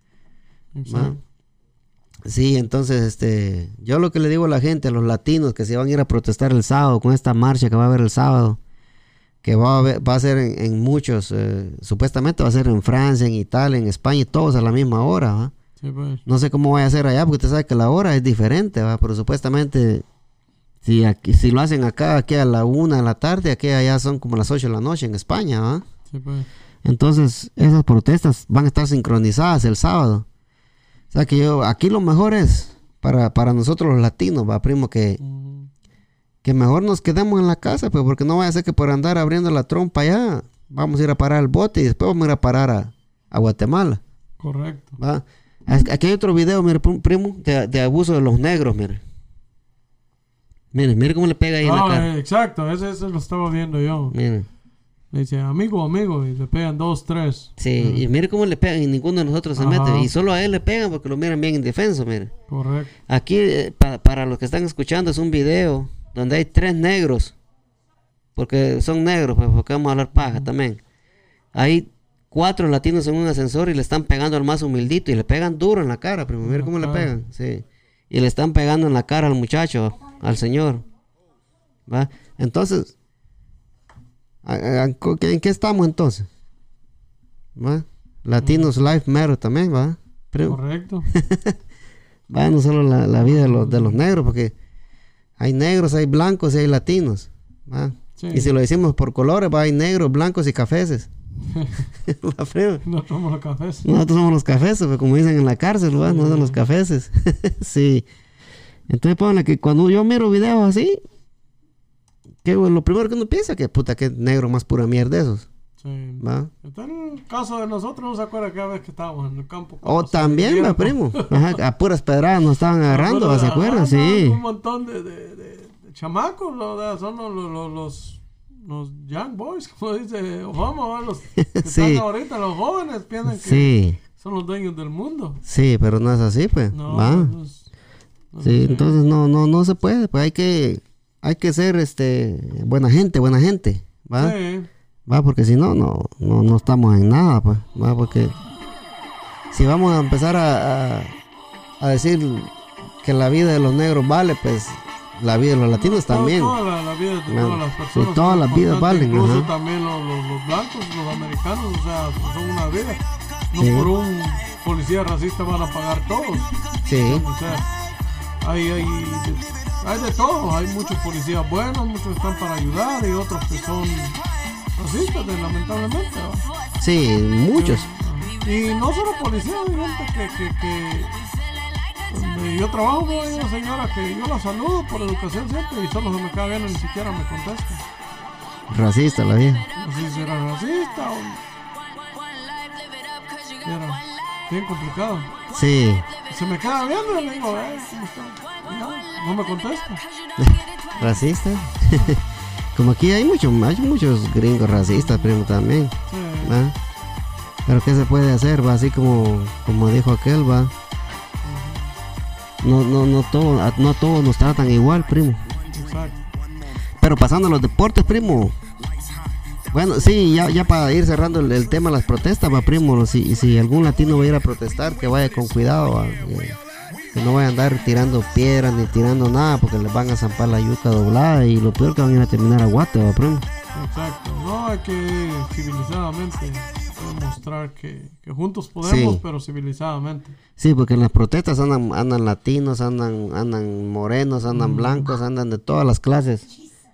Va. Sí, entonces, este, yo lo que le digo a la gente, a los latinos que se van a ir a protestar el sábado con esta marcha que va a haber el sábado, que va a, haber, va a ser en, en muchos, eh, supuestamente va a ser en Francia, en Italia, en España, todos a la misma hora, ¿va? Sí, pues. No sé cómo vaya a ser allá, porque usted sabe que la hora es diferente, ¿va? Pero supuestamente, si aquí, si lo hacen acá, aquí a la una de la tarde, aquí allá son como las ocho de la noche en España, ¿va? Sí, pues. Entonces, esas protestas van a estar sincronizadas el sábado. O sea que yo, aquí lo mejor es, para, para nosotros los latinos, ¿va, primo? Que... Uh-huh. Que mejor nos quedemos en la casa, pues, porque no vaya a ser que por andar abriendo la trompa allá, vamos a ir a parar al bote y después vamos a ir a parar a, a Guatemala. Correcto. ¿Va? Aquí hay otro video, mire, primo, de, de abuso de los negros, mire. Mire, mire cómo le pega ahí ah, en la cara. Eh, exacto, ese, ese lo estaba viendo yo. Mire. Le dice, amigo, amigo, y le pegan dos, tres. Sí, uh-huh. y mire cómo le pegan y ninguno de nosotros se Ajá. mete. Y solo a él le pegan porque lo miran bien indefenso, mire. Correcto. Aquí, eh, pa, para los que están escuchando, es un video donde hay tres negros, porque son negros, pues, porque vamos a hablar paja uh-huh. también. Hay cuatro latinos en un ascensor y le están pegando al más humildito y le pegan duro en la cara, primo. Mira cómo le pegan, sí. Y le están pegando en la cara al muchacho, al señor. ¿Va? Entonces, ¿en qué estamos entonces? ¿Va? Latinos uh-huh. Life Matter también, ¿va? Primo. Correcto. Va, no solo la, la vida de los, de los negros, porque hay negros, hay blancos y hay latinos, ¿va? Sí. Y si lo decimos por colores, va, hay negros, blancos y cafeses. Nosotros somos los cafeses. Nosotros somos los cafeses, pues, como dicen en la cárcel, ¿va? Sí. No son los cafeses. Sí. Entonces, ponle que cuando yo miro videos así, que bueno, lo primero que uno piensa que puta, que negro más pura mierda de esos. Sí. ¿Va? Entonces, en el caso de nosotros, no se acuerda cada vez que estábamos en el campo. O también, va, primo. Ajá, a puras pedradas nos estaban agarrando, ¿va? ¿Se acuerdan? Sí. Un montón de, de, de, de chamacos, lo, de, son los, los, los, los young boys, como dice Obama, ¿va? Los que sí. están ahorita, los jóvenes piensan que sí. son los dueños del mundo. Sí, pero no es así, pues. No, ¿va? No es, no sí, sé. Entonces no, no, no se puede, pues hay que, hay que ser este buena gente, buena gente, ¿va? Sí. Va, porque si no, no, no, no estamos en nada, pues, va, porque si vamos a empezar a, a, a decir que la vida de los negros vale, pues la vida de los latinos no, también. Toda la, la vida de no, todas las personas. Sí, todas las vidas valen. Incluso ajá. también los, los, los blancos, los americanos, o sea, son una vida. No sí. por un policía racista van a pagar todos. Sí. O sea, hay, hay, hay de todo. Hay muchos policías buenos, muchos están para ayudar y otros que son racistas, lamentablemente, ¿no? Sí, muchos. Y no solo policías, hay gente que, que, que donde yo trabajo, hay una señora que yo la saludo por educación siempre y solo se me cae bien, ni siquiera me contesta. Racista la vieja. No sé si era racista o era bien complicado. Sí. Se me queda viendo y le digo, eh, ¿cómo está? Y no, no me contesta. Racista. Como aquí hay, mucho, hay muchos gringos racistas, primo, también. Sí. ¿Va? Pero ¿qué se puede hacer? Va así como, como dijo aquel, va. No, no, no, todo, no todos nos tratan igual, primo. Exacto. Pero pasando a los deportes, primo. Bueno, sí, ya, ya para ir cerrando el, el tema de las protestas, va, primo. Si, si algún latino va a ir a protestar, que vaya con cuidado, va, que, que no vaya a andar tirando piedras ni tirando nada, porque les van a zampar la yuca doblada y lo peor que van a ir a terminar a guate, va, primo. Exacto. No, hay que ir civilizadamente demostrar que, que juntos podemos, Sí. pero civilizadamente. Sí, porque en las protestas andan, andan latinos, andan, andan morenos, andan Mm. blancos, andan de todas las clases.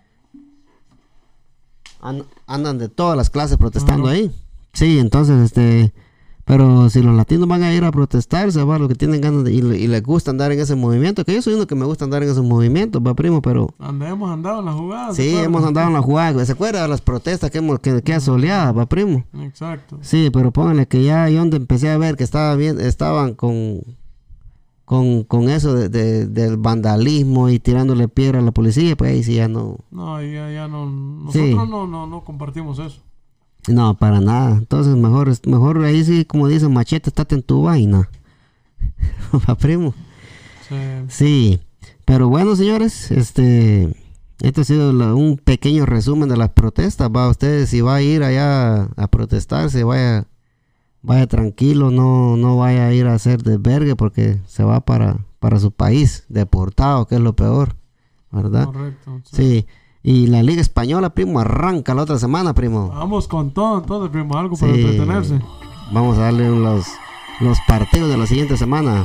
An- andan de todas las clases protestando Claro. ahí. Sí, entonces, este, pero si los latinos van a ir a protestar, se va, los que tienen ganas de, y, le- y les gusta andar en ese movimiento, que yo soy uno que me gusta andar en esos movimientos, va, primo, pero Ande, hemos andado en la jugada. ¿se sí, acuerdan? hemos andado en la jugada. ¿Se acuerda de las protestas que hemos, que, que soleada, va, primo? Exacto. Sí, pero pónganle que ya yo donde empecé a ver que estaba bien, estaban con con, con eso de, de- del vandalismo y tirándole piedra a la policía, pues ahí sí ya no, No, ya, ya no. Nosotros Sí. no, no, no compartimos eso. no, para nada. Entonces mejor, es- mejor ahí sí, como dicen, machete, estate en tu vaina. Va, primo. Sí. Sí, pero bueno, señores, este, este ha sido la- un pequeño resumen de las protestas. Va, ustedes si va a ir allá a protestar, se vaya, vaya tranquilo, no, no vaya a ir a hacer desvergue porque se va para, para su país, deportado, que es lo peor, ¿verdad? Correcto. Sí. Sí, y la Liga Española, primo, arranca la otra semana, primo. Vamos con todo, entonces, primo, algo para Sí. entretenerse. Vamos a darle los, los partidos de la siguiente semana.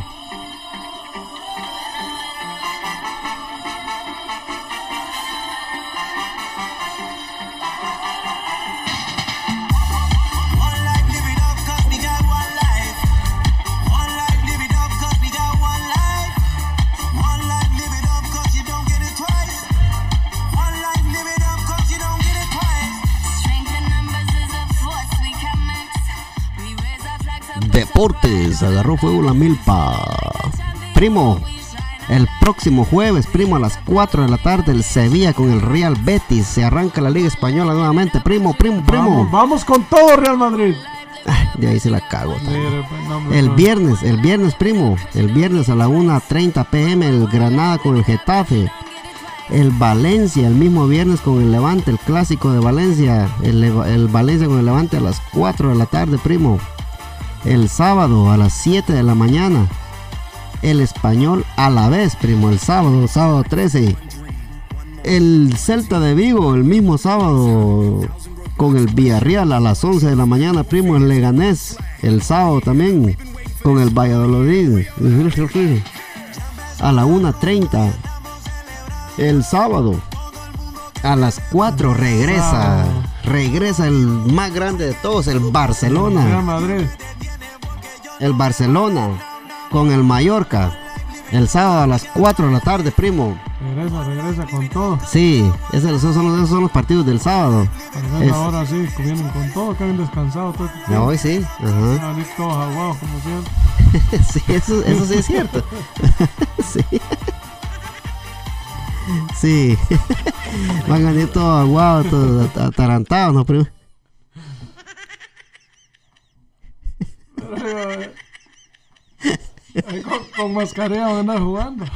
One life, live it up, cause we got one life. One life, live it up, cause we got one life. One life, live it up, cause you don't get it twice. One life, live it up, cause you don't get it twice. Strength in numbers is a force we can mix. We raise our flags up. Deportes, agarró fuego la milpa. Primo, el próximo jueves, primo, a las cuatro de la tarde, el Sevilla con el Real Betis. Se arranca la Liga Española nuevamente, primo, primo, primo. Vamos, vamos con todo, Real Madrid. Ay, de ahí se la cago. también. Mire, pues, no, hombre, El no. viernes, el viernes, primo, el viernes a la una treinta pm, el Granada con el Getafe. El Valencia, el mismo viernes con el Levante, el clásico de Valencia. El, Leva- el Valencia con el Levante a las cuatro de la tarde, primo. El sábado a las siete de la mañana. El Español a la vez, primo, el sábado, sábado trece. El Celta de Vigo, el mismo sábado con el Villarreal a las once de la mañana, primo, el Leganés, el sábado también con el Valladolid a la una treinta. El sábado a las cuatro regresa, Sábado. regresa el más grande de todos, el Real Barcelona. Madrid. El Barcelona con el Mallorca. El sábado a las cuatro de la tarde, primo. Regresa, regresa con todo. Sí, esos son, son los, esos son los partidos del sábado. Regresa Es- ahora sí, que vienen con todo, que han descansado todo este Ya tiempo. hoy sí. Ajá. Van a venir todos aguados, como siempre. Sí, eso, eso sí es cierto. Sí. Sí. Van a venir todos aguados, todos at- atarantados, ¿no, primo? Pero, eh, ahí con, con mascarilla van a andar jugando.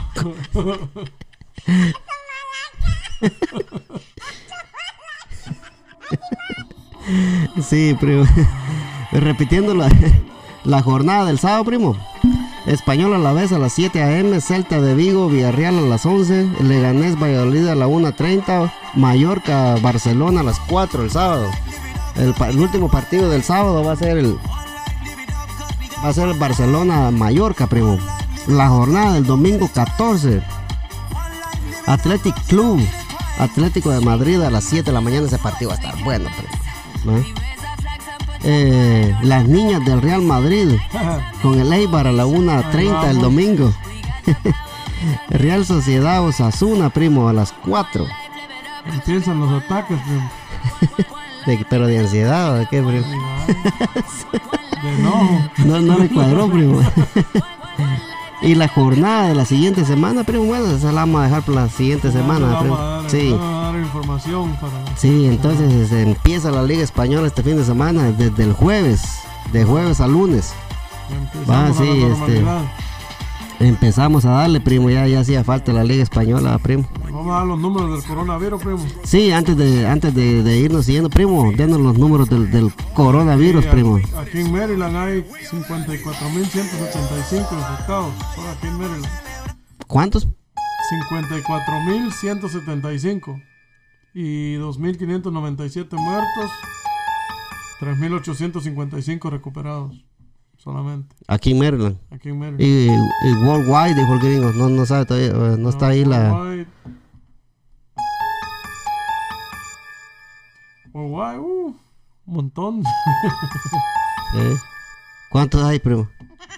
Sí, primo. Repitiendo la, la jornada del sábado, primo. Español a la vez a las siete a m, Celta de Vigo, Villarreal a las once, Leganés, Valladolid a la una treinta, Mallorca, Barcelona a las cuatro el sábado. El, pa- el último partido del sábado va a ser el va a ser el Barcelona-Mallorca, primo. La jornada del domingo catorce, Athletic Club, Atlético de Madrid a las siete de la mañana. Ese partido va a estar bueno, primo, ¿no? Eh, las niñas del Real Madrid con el Eibar a la una treinta el vamos. domingo. Real Sociedad Osasuna, primo, a las cuatro. Empiezan los ataques, primo. De- pero de ansiedad, ¿o de qué, primo? De enojo. No, no me cuadró, primo. Y la jornada de la siguiente semana, primo, bueno, esa la vamos a dejar para la siguiente semana, Vamos primo. a dar, Sí. vamos a dar información información para... Sí, entonces este, empieza la Liga Española este fin de semana, desde el jueves, de jueves a lunes. Empezamos Va, a sí, la este, normalidad. Empezamos a darle, primo, ya, ya hacía falta la Liga Española, primo. Vamos a dar los números del coronavirus, primo. Sí, antes de antes de, de irnos siguiendo, primo, denos los números del, del coronavirus, Sí, primo. Aquí, aquí en Maryland hay cincuenta y cuatro mil ciento setenta y cinco infectados. Solo aquí en Maryland. ¿Cuántos? cincuenta y cuatro mil ciento setenta y cinco. Y dos mil quinientos noventa y siete muertos. tres mil ochocientos cincuenta y cinco recuperados. Solamente. Aquí en Maryland. Aquí en Maryland. Y, y Worldwide, dijo el gringo, no, no sabe todavía, eh, no está ahí la... Worldwide. Worldwide, uh, un montón. ¿Eh? ¿Cuántos hay, primo?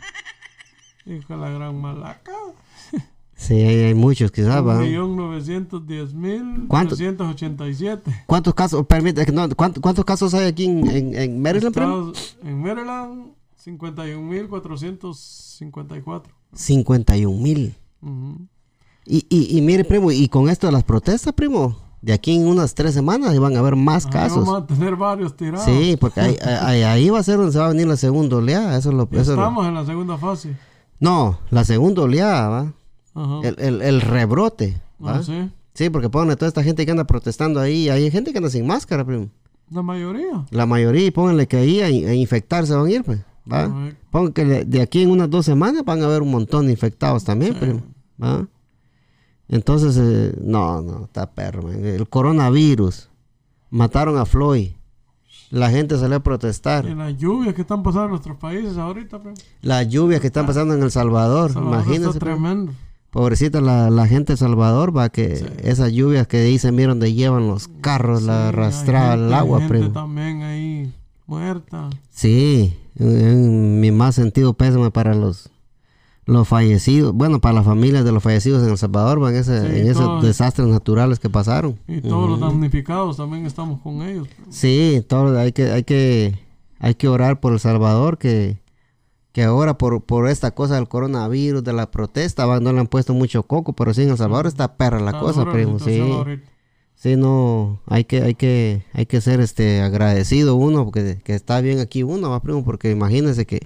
Hijo de la gran malaca. Sí, hay, hay muchos, quizás, Un va. millón novecientos diez mil ¿Cuánto? trescientos ochenta y siete. ¿Cuántos casos, permite, no, ¿cuántos, cuántos casos hay aquí en, en, en Maryland, primo? Estados- en Maryland, cincuenta y un mil cuatrocientos cincuenta y cuatro. cincuenta y un mil. Ujú. Y, y, y mire, primo, y con esto de las protestas, primo, de aquí en unas tres semanas van a haber más Ahí casos. vamos a tener varios tirados. Sí, porque ahí, ahí, ahí va a ser donde se va a venir la segunda oleada. Eso es lo, Ya eso es lo- estamos en la segunda fase. No, la segunda oleada, ¿va? Ajá. El, el, el rebrote, ¿va? Ah, sí. Sí, porque pone toda esta gente que anda protestando ahí. Hay gente que anda sin máscara, primo. La mayoría. La mayoría, y pónganle que ahí a, a infectarse van a ir, pues. ¿Va? Correcto. Pongan que de, de aquí en unas dos semanas van a haber un montón de infectados también, Sí. primo. ¿Va? Entonces, eh, no, no, está perro, man. El coronavirus. Mataron a Floyd. La gente salió a protestar. Y las lluvias que están pasando en nuestros países ahorita, pero Las lluvias que están pasando en El Salvador. Imagínense. Está primo. tremendo. Pobrecita la, la gente de Salvador, va, que Sí. esas lluvias que dicen, miren, donde llevan los carros, Sí, la hay arrastraba gente- al agua, hay gente primo. también ahí muerta. Sí, en, en mi más sentido pésame para los los fallecidos, bueno, para las familias de los fallecidos en El Salvador, va, en, ese, Sí, en esos todos. desastres naturales que pasaron. Y todos los Ujú. damnificados también estamos con ellos. Sí, todo, hay que, hay que, hay que orar por El Salvador, que, que ahora por, por esta cosa del coronavirus, de la protesta, va, no le han puesto mucho coco, pero sí en El Salvador está perra la Está cosa, dura la primo, sí. situación ahorita. Sí, no, hay que, hay que, hay que ser este agradecido uno, porque que está bien aquí uno, va, primo, porque imagínense que,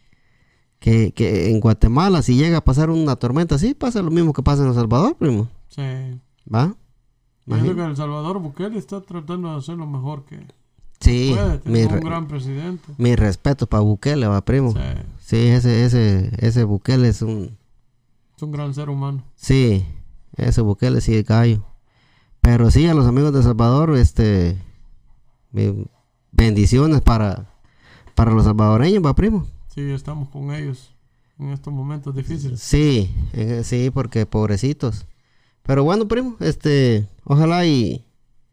que, que en Guatemala, si llega a pasar una tormenta así, pasa lo mismo que pasa en El Salvador, primo, Sí. ¿va? Pienso Imagín- que El Salvador Bukele está tratando de hacer lo mejor que Sí, puede. mi, Tenemos re- un gran presidente. mi respeto para Bukele, va, primo. Sí. Sí, ese, ese, ese Bukele es un, Es un gran ser humano. sí, ese Bukele sí es gallo. Pero sí, a los amigos de El Salvador, este, mi- bendiciones para, para los salvadoreños, va, primo. Sí, estamos con ellos en estos momentos difíciles. Sí, eh, sí, porque pobrecitos. Pero bueno, primo, este, ojalá y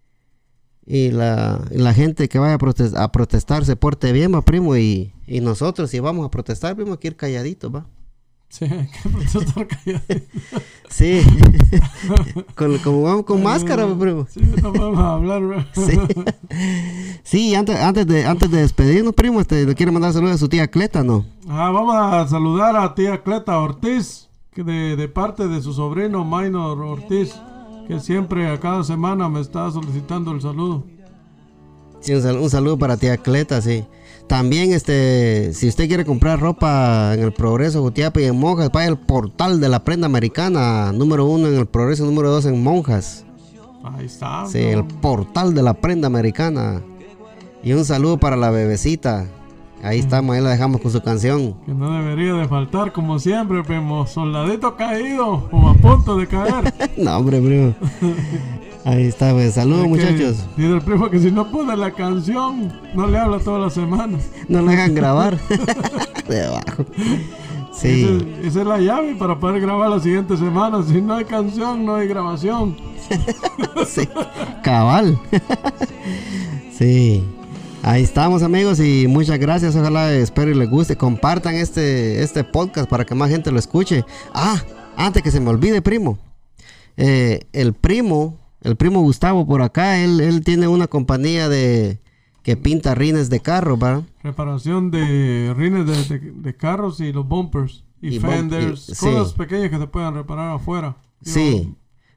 y la, y la gente que vaya a, protes- a protestar se porte bien, va, primo, y, y nosotros si vamos a protestar, primo, hay que ir calladitos, va. Sí, hay que protestar calladitos. Sí, con, como vamos con máscara, va, primo. Sí, no vamos a hablar. ¿verdad? Sí, sí, antes, antes de antes de despedirnos, primo, este, le quiere mandar saludos a su tía Cleta, ¿no? Ah, vamos a saludar a tía Cleta Ortiz, que de, de parte de su sobrino Minor Ortiz, que siempre a cada semana me está solicitando el saludo. Sí, un, sal- un saludo para tía Cleta, sí. También, este, si usted quiere comprar ropa en el Progreso, Jutiapa y en Monjas, vaya al portal de la prenda americana, número uno en el Progreso, número dos en Monjas. Ahí está. Sí, ¿no? el portal de la prenda americana. Y un saludo para la bebecita. Ahí estamos, ahí la dejamos con su canción. Que no debería de faltar, como siempre, primo. Soldadito caído, o a punto de caer. No, hombre, primo. Ahí está, pues. Saludos, Es que muchachos. Dice el primo que si no pone la canción, no le habla todas las semanas. No le dejan grabar. De abajo. Sí. Esa, esa es la llave para poder grabar la siguiente semana. Si no hay canción, no hay grabación. Sí. Cabal. Sí. Ahí estamos, amigos, y muchas gracias. Ojalá, espero y les guste. Compartan este, este podcast para que más gente lo escuche. Ah, antes que se me olvide, primo. Eh, el primo, el primo Gustavo por acá, él, él tiene una compañía de que pinta rines de carro, ¿verdad? Reparación de rines de, de- de carros y los bumpers. Y, Y bump- fenders. y- sí. Cosas pequeñas que se puedan reparar afuera. Digo, Sí.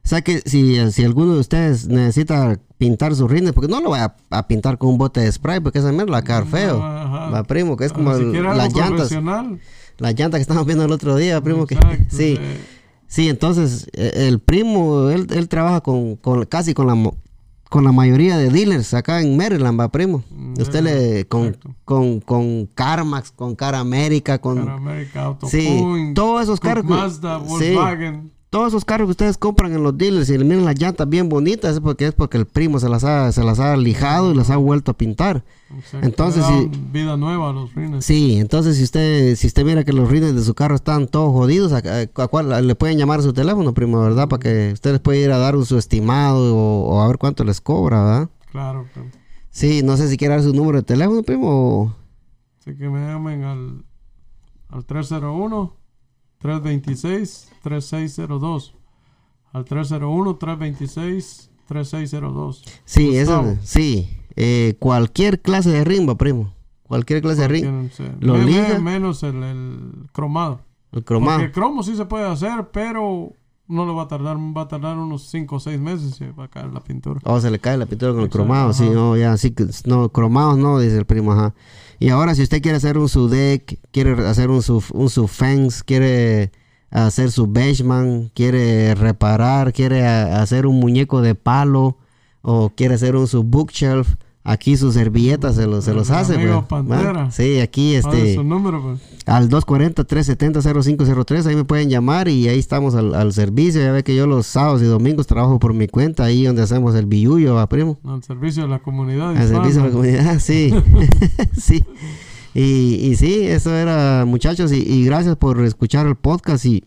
O sea que si, si alguno de ustedes necesita pintar sus rines, porque no lo vaya a, a pintar con un bote de spray, porque esa mierda la va a quedar feo. No, ajá. Va, primo, que es como Ah, si el- quiere algo las llantas. profesional, Las llantas que estamos viendo el otro día, primo. Que, exacto, sí, eh, sí, entonces eh, el primo, él, él trabaja con, con casi con la mo- con la mayoría de dealers acá en Maryland, va, primo. Mm, Usted le con, exacto. con, con CarMax, con Car América, con Car America, Auto sí, Point, todos esos Club carros que- Mazda, sí. Volkswagen. todos esos carros que ustedes compran en los dealers y le miran las llantas bien bonitas, es porque es porque el primo se las ha, se las ha lijado y las ha vuelto a pintar. Exacto, Entonces, le sí. dan vida nueva a los rines. Sí, entonces si usted si usted mira que los rines de su carro están todos jodidos, ¿a, a- a cuál- le pueden llamar a su teléfono, primo, verdad? Para que usted les pueda ir a dar su estimado o, o a ver cuánto les cobra, ¿verdad? Claro, pero- Sí, no sé si quiere dar su número de teléfono, primo. o- así que me llamen al, al tres cero uno, tres dos seis, tres seis cero dos. Al tres cero uno, tres dos seis, tres seis cero dos. Sí, eso, Gustavo. sí. Eh, cualquier clase de rimba, primo. Cualquier clase de rimba. Cualquier- Lo me- liga. me- menos el, el cromado. El cromado. Porque el cromo sí se puede hacer, pero no lo va a tardar, va a tardar unos cinco o seis meses y va a caer la pintura. Oh, se le cae la pintura con el Exacto, cromado, sí, ajá. no, ya, sí, que- no, cromados no, dice el primo, ajá. Y ahora, si usted quiere hacer un su deck, quiere hacer un su, un su fence, quiere hacer su benchman, quiere reparar, quiere a- hacer un muñeco de palo, o quiere hacer un su bookshelf, aquí sus servilletas se los, se El los hace, amigo pues, ¿va? Pantera. Sí, aquí, ¿Cuál es este... su número, pues? Al dos cuatro cero, tres siete cero, cero cinco cero tres, ahí me pueden llamar y ahí estamos al, al servicio. Ya ve que yo los sábados y domingos trabajo por mi cuenta, ahí donde hacemos el billullo, va, primo. Al servicio de la comunidad. Al hispana. servicio de la comunidad, sí. Sí. Y, y sí, eso era, muchachos, y, y gracias por escuchar el podcast y,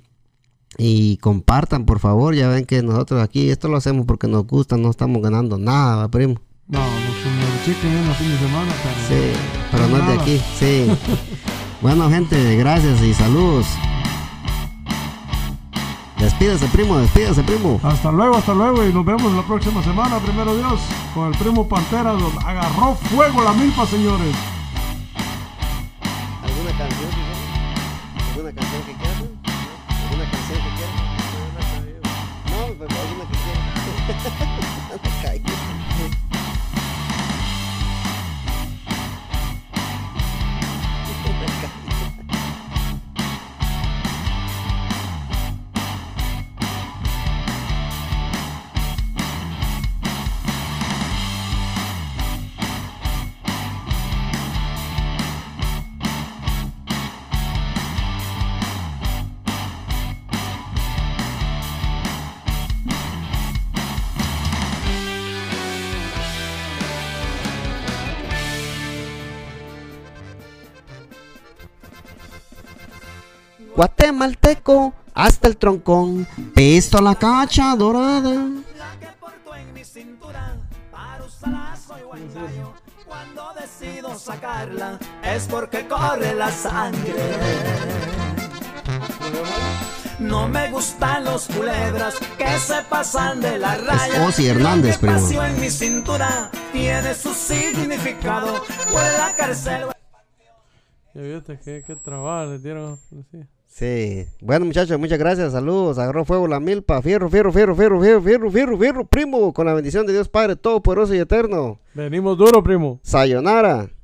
y compartan, por favor. Ya ven que nosotros aquí esto lo hacemos porque nos gusta, no estamos ganando nada, va, primo. No, los chicken en el fin de semana, pero... Sí, pero no es de nada. aquí, sí. Bueno, gente, gracias y saludos. Despídase, primo, despídase, primo. Hasta luego, hasta luego y nos vemos la próxima semana, primero Dios, con el primo Pantera, donde agarró fuego la milpa, señores. ¿Alguna canción que quieran? ¿Alguna canción que quieran? ¿Alguna canción que quieran? No, pero alguna que quieran. No te caigas. Guatemalteco hasta el troncón, pistola cacha dorada. La que porto en mi cintura, para usarla soy buen gallo. Cuando decido sacarla, es porque corre la sangre. No me gustan los culebras que se pasan de la raya. Ozzy Hernández, Lo que primo. pasó en mi cintura tiene su significado. O en la cárcel. Ya viste que, que trabajo le dieron a la policía. Sí, bueno, muchachos, muchas gracias, saludos, agarró fuego la milpa, fierro, fierro, fierro, fierro, fierro, fierro, fierro, fierro, primo, con la bendición de Dios Padre Todopoderoso y Eterno. Venimos duro, primo. Sayonara.